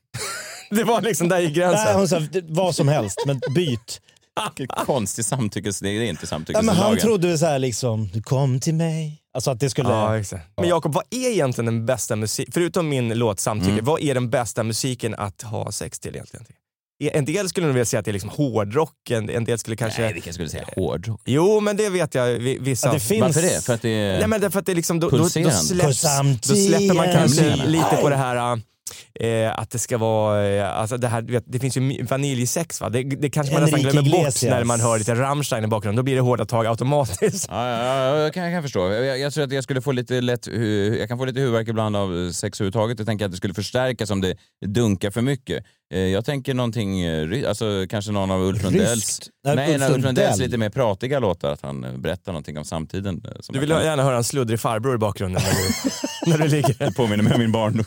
Det var liksom där i gränsen. Nej, hon sa, vad som helst, men byt. Konstig samtyckes, det är inte Ja, samtyckeslagen. men han trodde väl så här liksom, du kom till mig. Alltså att det skulle... Ja, exakt. Men Jakob, vad är egentligen den bästa musik, förutom min låt Samtycke, Mm. vad är den bästa musiken att ha sex till egentligen? En del skulle nog vilja säga att det är liksom hårdrock, en, en del skulle kanske... Nej, vilka skulle säga hårdrock? Jo, men det vet jag, vi- vissa... Ja, det finns... Varför det? För att det är Nej, men därför att det är liksom, då, då, då, pulserande. släpps, då släpper man kanske lite på det här... Eh, att det ska vara, eh, alltså det här, du vet, det finns ju vaniljsex va, det, det kanske man nästan Enrique glömmer bort Iglesias. när man hör lite Rammstein i bakgrunden, då blir det hårda tag automatiskt. Ja, ja, ja, jag, kan, jag kan förstå. Jag, jag tror att jag skulle få lite lätt, hu- jag kan få lite huvudvärk ibland av sex överhuvudtaget. Jag tänker att det skulle förstärkas om det dunkar för mycket. Eh, Jag tänker någonting, eh, ry- alltså kanske någon av Ulf Lundells, Ryskt? Nej, nej, Ulf nej, Ulf Lundells Lundell. lite mer pratiga låtar, att han eh, berättar någonting om samtiden. eh, Som Du vill man kan- gärna höra en sluddrig farbror i bakgrunden när du, när du ligger. Det påminner mig om min barndom.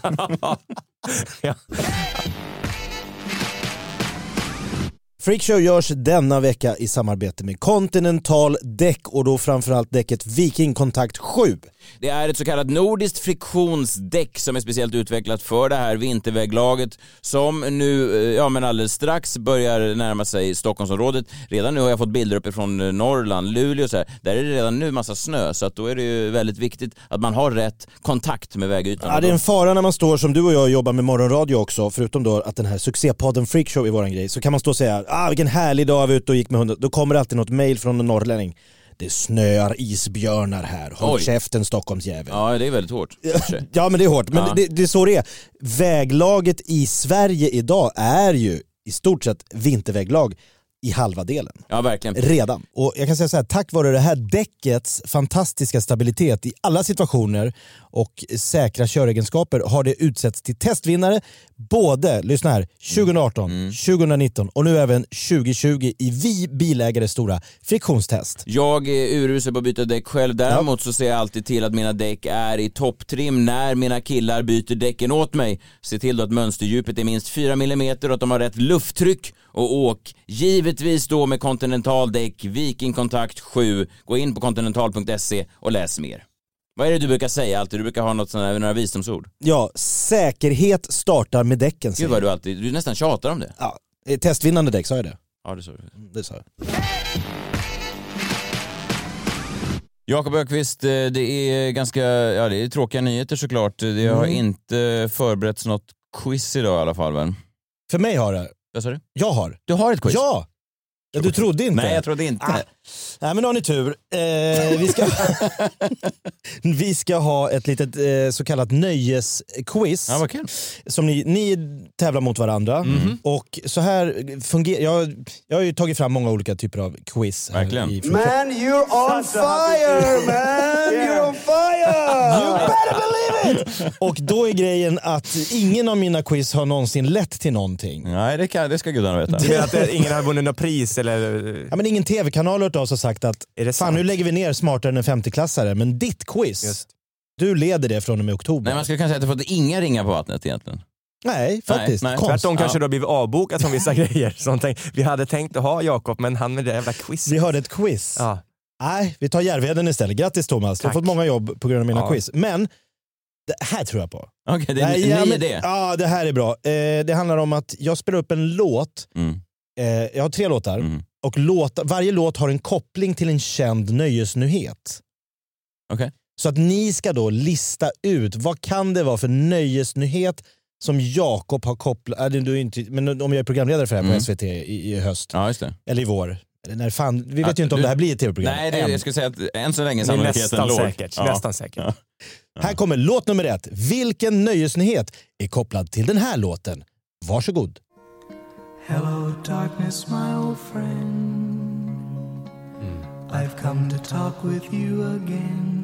Ja. Freakshow görs denna vecka i samarbete med Continental däck och då framförallt däcket Viking Contact sju. Det är ett så kallat nordiskt friktionsdäck som är speciellt utvecklat för det här vinterväglaget som nu, eh, ja men alldeles strax börjar närma sig Stockholmsområdet. Redan nu har jag fått bilder uppifrån eh, Norrland, Luleå och så här. Där är det redan nu massa snö, så att då är det ju väldigt viktigt att man har rätt kontakt med vägytan. Ja, det är en fara när man står, som du och jag jobbar med morgonradio också, förutom då att den här succépodden Freakshow är våran grej, så kan man stå och säga, ah vilken härlig dag vi var ute och gick med hundar. Då kommer det alltid något mejl från en norrlänning. Det snöar isbjörnar här. Håll Oj. käften Stockholmsjävel. Ja, det är väldigt hårt. Ja, men det är hårt. Men Ja. det, det är så det är. Väglaget i Sverige idag är ju i stort sett vinterväglag i halva delen. Ja, verkligen. Redan. Och jag kan säga så här, tack vare det här däckets fantastiska stabilitet i alla situationer och säkra köregenskaper har det utsetts till testvinnare både, lyssna här, tjugo arton, Mm. tjugo nitton och nu även tjugo tjugo i Vi bilägares stora friktionstest. Jag är urusel på att byta däck själv. Däremot så ser jag alltid till att mina däck är i topptrim när mina killar byter däcken åt mig. Se till då att mönsterdjupet är minst fyra millimeter och att de har rätt lufttryck och åk. Givetvis då med Continental däck, Viking Contact sju. Gå in på continental punkt se och läs mer. Vad är det du brukar säga alltid? Du brukar ha något sådana, några visdomsord. Ja, säkerhet startar med däcken. Gud vad du alltid, du nästan tjatar om det. Ja, testvinnande däck, sa jag det? Ja, det sa du. Det sa jag. Jakob Öqvist, det är ganska, ja det är tråkiga nyheter såklart. Det har Mm. inte förberetts något quiz idag i alla fall väl? För mig har det. Vad sa du? Jag har. Du har ett quiz? Ja! Ja, du trodde inte? Nej, jag trodde inte. Ah. Nej, men då har ni tur. Eh, vi, ska vi ska ha ett litet eh, så kallat nöjesquiz. Ja, vad kul. Som ni, ni tävlar mot varandra. Mhm. Och så här fungerar... Jag, jag har ju tagit fram många olika typer av quiz. här Verkligen. i- Man, you're on fire, man! You're on fire! You better believe it! Och då är grejen att ingen av mina quiz har någonsin lett till någonting. Nej, det, kan, det ska gudarna veta. Du menar att det, ingen har vunnit något pris eller? Ja, men ingen tv-kanal har hört av sig och sagt att Är det fan, sant? nu lägger vi ner smartare än en femtioklassare, men ditt quiz, Just. du leder det från och med oktober. Nej, man skulle kunna säga att det fått inga ringar på vattnet egentligen. Nej, faktiskt. Nej, nej. Konst. Tvärtom kanske Ja. du har blivit avbokat som vissa grejer. Som tänk, vi hade tänkt att ha Jakob, men han med det jävla quiz. Vi hörde ett quiz. Ja. Nej, vi tar Järvheden istället. Grattis Thomas, du har Tack. fått många jobb på grund av mina Ja. quiz. Men det här tror jag på. Okej, det är Nej, en ja, ny men- idé. Ja, det här är bra. Eh, det handlar om att jag spelar upp en låt. Mm. Eh, jag har tre låtar. Mm. Och låt, varje låt har en koppling till en känd nöjesnyhet. Okej. Så att ni ska då lista ut vad kan det vara för nöjesnyhet som Jakob har kopplat, äh, du är inte, men om jag är programledare för det här mm. på S V T i, i höst. Ja, just det. Eller i vår. Eller när fan, vi vet ja, ju inte om du, det här blir ett tv-program. Nej, det, jag skulle säga att än så länge sannolikheten låg. Nästan säkert. Ja. Nästan säkert. Ja. Ja. Här kommer låt nummer ett. Vilken nöjesnyhet är kopplad till den här låten? Varsågod. Hello darkness my old friend. mm. I've come to talk with you again.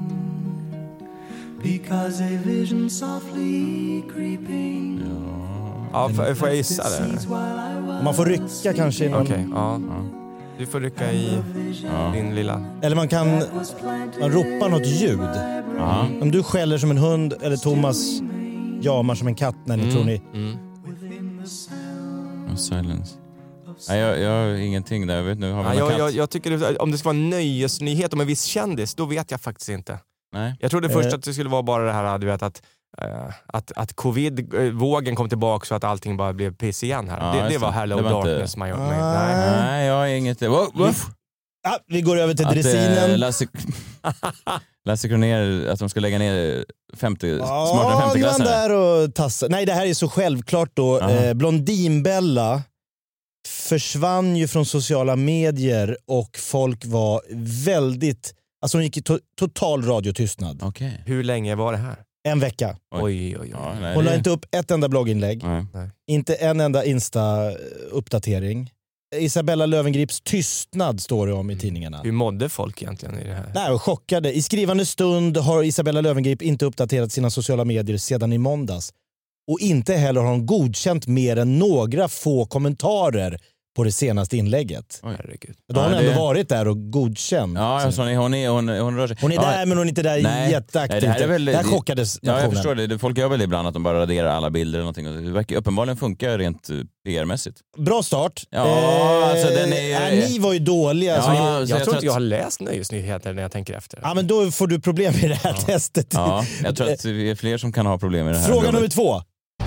Because a vision softly creeping. Ja, får, får jag gissa det? Man får rycka kanske i någon... Okej, okay, ja. Du får rycka i ja. din lilla... Eller man kan man ropa något ljud. Aha. Om du skäller som en hund eller Thomas jamar som en katt när ni mm. tror ni... Mm. Oh, silence. Nej, jag, jag har ingenting där. Jag, vet, nu har ja, jag, jag, jag tycker det, om det ska vara en nöjesnyhet om en viss kändis, då vet jag faktiskt inte. Nej. Jag trodde först att det skulle vara bara det här, du vet, att Uh, att, att covid-vågen kom tillbaka så att allting bara blev piss igen här. Ja, det, det var Hello det var Darkness. Inte... Ah. Nej. Nej, jag har inget... Wow, wow. Ja, vi går över till att, dressinen. Äh, Lasse... Lasse Kronér, att de ska lägga ner femtio, ja, smarta femtio-klassare. Ja, där och tassa. Nej, det här är så självklart då. Eh, Blondinbella försvann ju från sociala medier och folk var väldigt... Alltså hon gick i to- total radiotystnad. Okay. Hur länge var det här? En vecka. Oj, oj, oj. Ja, nej, hon det... la inte upp ett enda blogginlägg. Nej. Inte en enda Insta-uppdatering. Isabella Löwengrips tystnad står det om i tidningarna. Hur mådde folk egentligen i det här? Nej, chockade. I skrivande stund har Isabella Löwengrip inte uppdaterat sina sociala medier sedan i måndags. Och inte heller har hon godkänt mer än några få kommentarer på det senaste inlägget. Oj, herregud. Då har ja, hon det... ändå varit där och godkänt. Ja, alltså, hon, är, hon, är, hon, hon rör sig. Hon är ja, där men hon är inte där nej, jätteaktivt. Nej, det här är väl, det här chockades ja, nationen. jag förstår det. Folk gör väl ibland att de bara raderar alla bilder eller någonting. Det verkar uppenbarligen funka rent P R-mässigt. Bra start. Ja, eh, alltså den är... äh, ni var ju dåliga. Ja, så jag, jag, jag tror inte jag har läst nöjesnyheter när jag tänker efter. Ja, men då får du problem i det här ja. testet. Ja, jag tror att vi är fler som kan ha problem i det här. Fråga nummer två.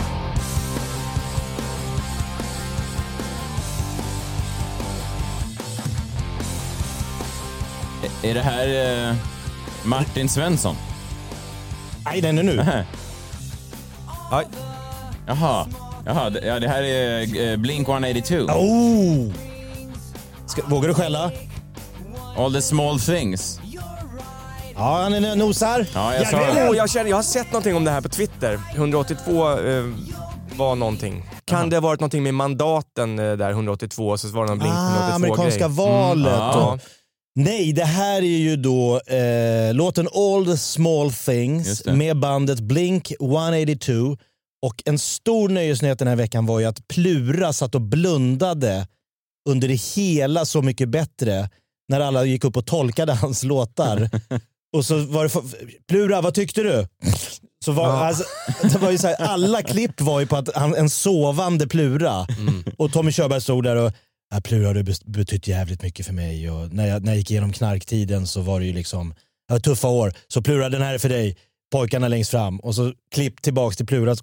Är det här eh, Martin Svensson? Nej, den är nu. Aj. Jaha. Jaha, det, ja, det här är eh, Blink one eighty-two. Oh! Ska, vågar du skälla? All the small things. Ja, han är nosar. Ja, jag, jag, sa oh, jag, känner, jag har sett någonting om det här på Twitter. hundraåttiotvå eh, var någonting. Kan Aha. det ha varit någonting med mandaten eh, där hundraåttiotvå, så var det någon Blink ah, hundraåttiotvå amerikanska grej. valet. Mm. Ja. Nej, det här är ju då eh, låten All the small things med bandet Blink one eighty-two. Och en stor nöjesnyhet den här veckan var ju att Plura satt och blundade under det hela Så mycket bättre när alla gick upp och tolkade hans låtar. Och så var det för, Plura, vad tyckte du? Så var, ja. alltså, det var ju så här, alla klipp var ju på att han, en sovande Plura. Mm. Och Tommy Körberg stod där och ja, Plura har betytt jävligt mycket för mig. Och när jag, när jag gick igenom knarktiden så var det ju liksom ja, tuffa år. Så Plura, den här är för dig. Pojkarna längst fram. Och så klipp tillbaks till Plura.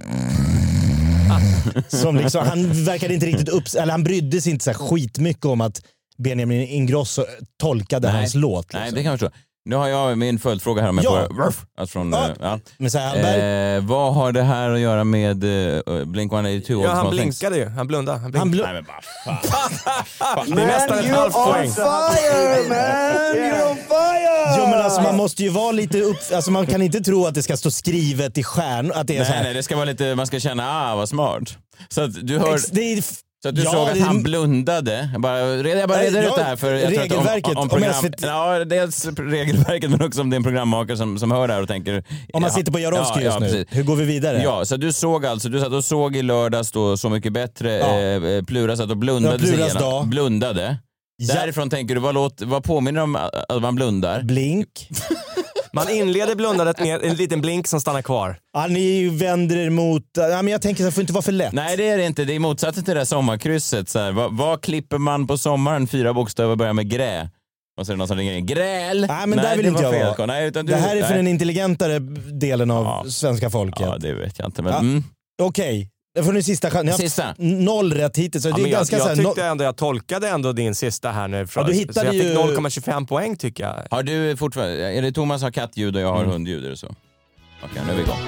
Som liksom, han verkade inte riktigt upp, eller han brydde sig inte så här skitmycket om att Benjamin Ingrosso tolkade nej, hans låt. Liksom. Nej, det kan jag förstå. Nu har jag min följdfråga här med ja. på att från ja. ja. Men så här, eh, vad har det här att göra med uh, Blink one eighty-two? Ja, han blinkade ju. Han blundade. Han blinkade. Han bl- Nej, men bara det är nästan ett halvt poäng. Fire, man! You're on fire! Jo, men alltså man måste ju vara lite upp... Alltså man kan inte tro att det ska stå skrivet i stjärn. Att det är nej, så här... nej, det ska vara lite... Man ska känna, ah, vad smart. Så att du hör... Det är... Så att du ja, såg att det... han blundade. Jag bara reder jag bara reder ja, ut det här för jag regelverket tror att om, om program, om S V T... ja, dels regelverket men också om det är en programmakare som, som hör det här och tänker om man ja, sitter på Jarowski ja, just ja, nu. Precis. Hur går vi vidare? Ja, så du såg alltså du satt och såg i lördags då Så mycket bättre ja. eh, Plura satt och blundade sig igenom. Dag. Blundade. Ja. Därifrån tänker du vad låt vad påminner om att man blundar? Blink. Man inleder blundandet med en liten blink som stannar kvar. Ja, ni vänder er mot... Ja, men jag tänker att det får inte vara för lätt. Nej, det är det inte. Det är motsatsen till det där sommarkrysset. Så här. Vad, vad klipper man på sommaren? Fyra bokstäver börjar med grä. Och så är det någon som ringer in. Gräl! Nej, men nej, där vill inte jag vara. Nej, utan du, det här är för nej. den intelligentare delen av ja. svenska folket. Ja, det vet jag inte. Men, ja. mm. Okej. Det får ni sista chans. Ni har Sista. noll rätt hittills. Så Ja, det är men jag, ganska jag så här, tyckte no- ändå, jag tolkade ändå din sista här nu. Från, Ja, du så hittade jag fick ju- noll komma tjugofem poäng tycker jag. Har du fortfarande... Är det Thomas har kattljud och jag har Mm. hundljud eller så? Okej, nu är vi igång.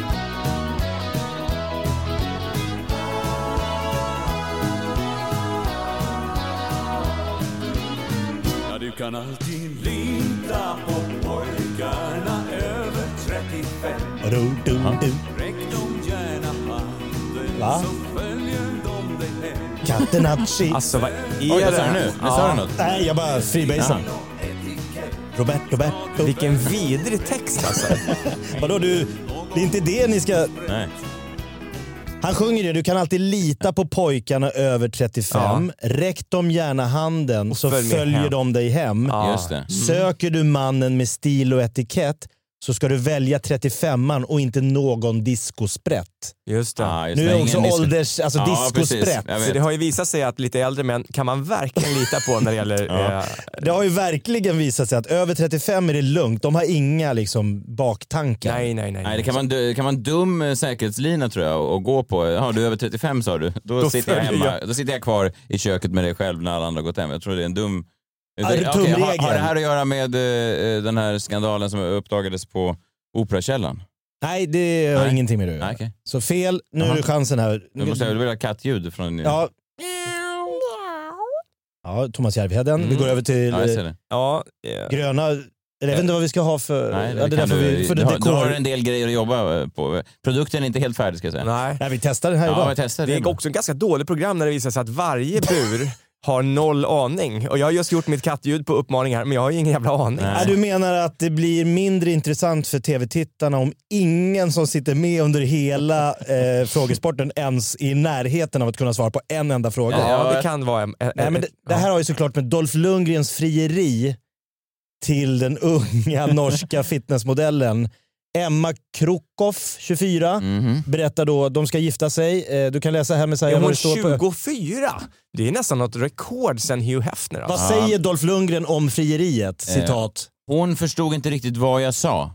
Ja, du kan alltid lita på pojkarna över trettiofem. Du, du, du. Räck dem gärna handen Va? så följer de dig hem. Catenacci. Alltså vad är Oj, vad sa det? du nu? Nu sa du något. Nej, jag bara freebasar. Roberto, Roberto. Vilken vidrig text alltså. Vadå du? Det är inte det ni ska... Nej. Han sjunger det, du kan alltid lita på pojkarna över trettiofem. Räck dem gärna handen så följ med följer hem. de dig hem. Ja. Just det. Söker du mannen med stil och etikett så ska du välja trettiofemman och inte någon discosprätt. Just det. Ah, just Nu det. är Ingen också disco- ålders, alltså Ja, discosprätt. precis. Jag vet. Så det har ju visat sig att lite äldre män kan man verkligen lita på när det gäller... Ja. eh, Det har ju verkligen visat sig att över trettiofem är det lugnt. De har inga liksom baktankar. nej, nej, nej. Nej, det kan vara en, kan vara en dum eh, säkerhetslina tror jag att gå på. Ja, du är över trettiofem sa du. Då, Då sitter jag följer hemma. Då sitter jag kvar i köket med dig själv när alla andra har gått hem. Jag tror det är en dum... Ja, det är Okej, tumregel. har, har det här att göra med eh, den här skandalen som uppdagades på Operakällaren? Nej, det har Nej. ingenting med det att göra. Nej, okej. Så fel, nu är Aha. det chansen här. Du måste jag vill ha kattljud från... Ja. Ja, Thomas Järvheden. Vi Mm. går över till Ja, jag ser det. Ja, eh, gröna. Jag vet inte vad vi ska ha för... Nej, det ja, det kan där får du, vi, för du, det har, du har dekor. en del grejer att jobba på. Produkten är inte helt färdig ska jag säga. nej. Nej, vi testar den här Ja, idag. jag testar Det det. är också ett ganska dåligt program när det visar sig att varje bur har noll aning. Och jag har just gjort mitt kattljud på uppmaning här, men jag har ju ingen jävla aning. Nej, du menar att det blir mindre intressant för tv-tittarna om ingen som sitter med under hela eh, frågesporten ens är i närheten av att kunna svara på en enda fråga? Ja, det kan vara en... en Nej, men det, det här har ju såklart med Dolph Lundgrens frieri till den unga norska fitnessmodellen Emma Krokoff, tjugofyra, Mhm. berättar då att de ska gifta sig. Eh, Du kan läsa här med Är vad hon det står på. tjugofyra? Det är nästan något rekord sen Hugh Hefner. Vad Alltså. säger Dolph Lundgren om frieriet? Citat. Hon förstod inte riktigt vad jag sa.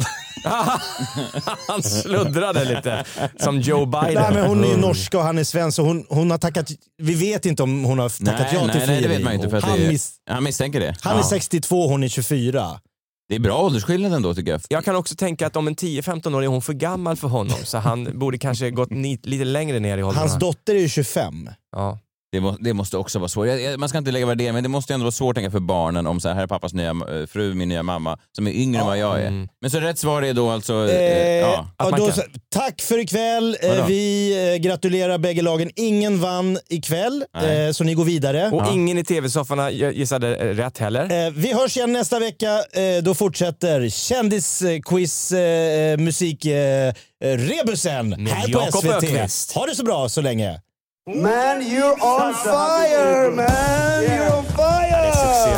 Han sluddrade lite, som Joe Biden. Nej, men hon är ju norska och han är svensk. Och hon, hon har tackat, vi vet inte om hon har tackat ja till nej, frieri. nej, det vet man inte. För att han, det är, mis, han misstänker det. han är Ja. sextiotvå, hon är tjugofyra. Det är bra åldersskillnad ändå tycker jag. Jag kan också tänka att om en tio femton år är hon för gammal för honom, så han borde kanske gått ni- lite längre ner i åldrarna. Hans dotter är ju tjugofem. Ja. Det, må, det måste också vara svårt. Jag, jag, man ska inte lägga värdering, men det måste ändå vara svårt att tänka för barnen om så här, här är pappas nya eh, fru, min nya mamma, som är yngre än vad jag är. Mm. Men så rätt svar är då alltså... Eh, Eh, ja. ja, man då, kan. så, tack för ikväll. Vadå? Eh, vi eh, gratulerar bägge lagen. Ingen vann ikväll, Nej. eh, så ni går vidare. Och ingen i tv-soffarna gissade eh, rätt heller. Eh, vi hörs igen nästa vecka. Eh, då fortsätter kändisquiz, eh, musik, eh, rebusen Med här på Jakob S V T. Öqvist. Ha det så bra så länge. Man, you're on fire, man! You're on fire!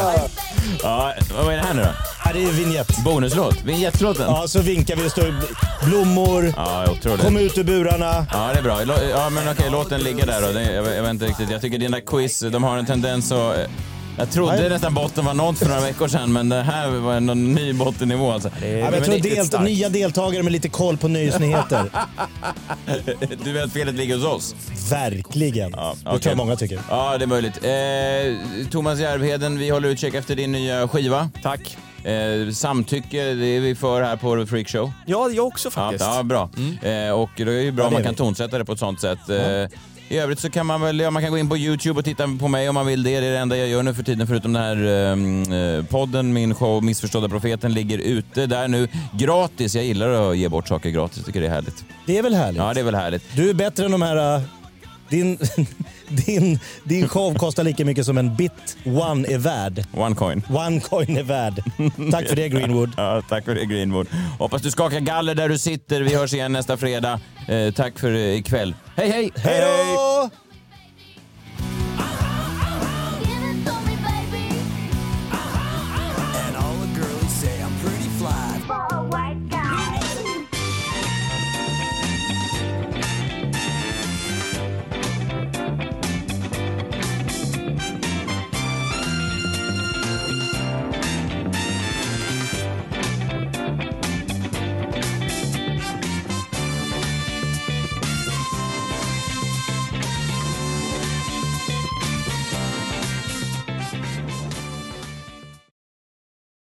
Ja, vad är det här nu då? Ja, det är vignett. Bonuslåt? Vinjettlåten? Ja, så vinkar vi. Det står blommor. Ja, otroligt. Kom ut ur burarna. Ja, det är bra. Lå- Ja, men okej, låt den ligga där då. Det, jag, jag vet inte riktigt. Jag tycker dina quiz, de har en tendens att... eh, Jag trodde Nej. nästan botten var något för några veckor sedan, men det här var någon ny bottennivå alltså. Det är Ja, men jag tror riktigt delt- starkt. nya deltagare med lite koll på nyhetsnyheter. Du vet att felet ligger hos oss? Verkligen. Ja, Det okej. tror jag många tycker. Ja, det är möjligt. Eh, Thomas Järvheden, vi håller utkik efter din nya skiva. Tack. Eh, samtycke, det är vi för här på Freak Show. Ja, jag också Ja, faktiskt. ja, bra. Eh, och det är ju bra Ja, om det man är kan vi. tonsätta det på ett sånt sätt. Eh, I övrigt så kan man väl, ja, man kan gå in på YouTube och titta på mig om man vill det. Det är det enda jag gör nu för tiden förutom den här eh, podden. Min show Missförstådda Profeten ligger ute där nu gratis. Jag gillar att ge bort saker gratis, tycker det är härligt. Det är väl härligt? Ja, det är väl härligt. Du är bättre än de här... uh, Din, din, din show kostar lika mycket som en bit one är värd. One coin. One coin är värd. Tack för det, Greenwood. Ja, tack för det, Greenwood. Hoppas du skakar galler där du sitter. Vi hörs igen nästa fredag. Eh, tack för eh, ikväll. Hej, hej! Hej då!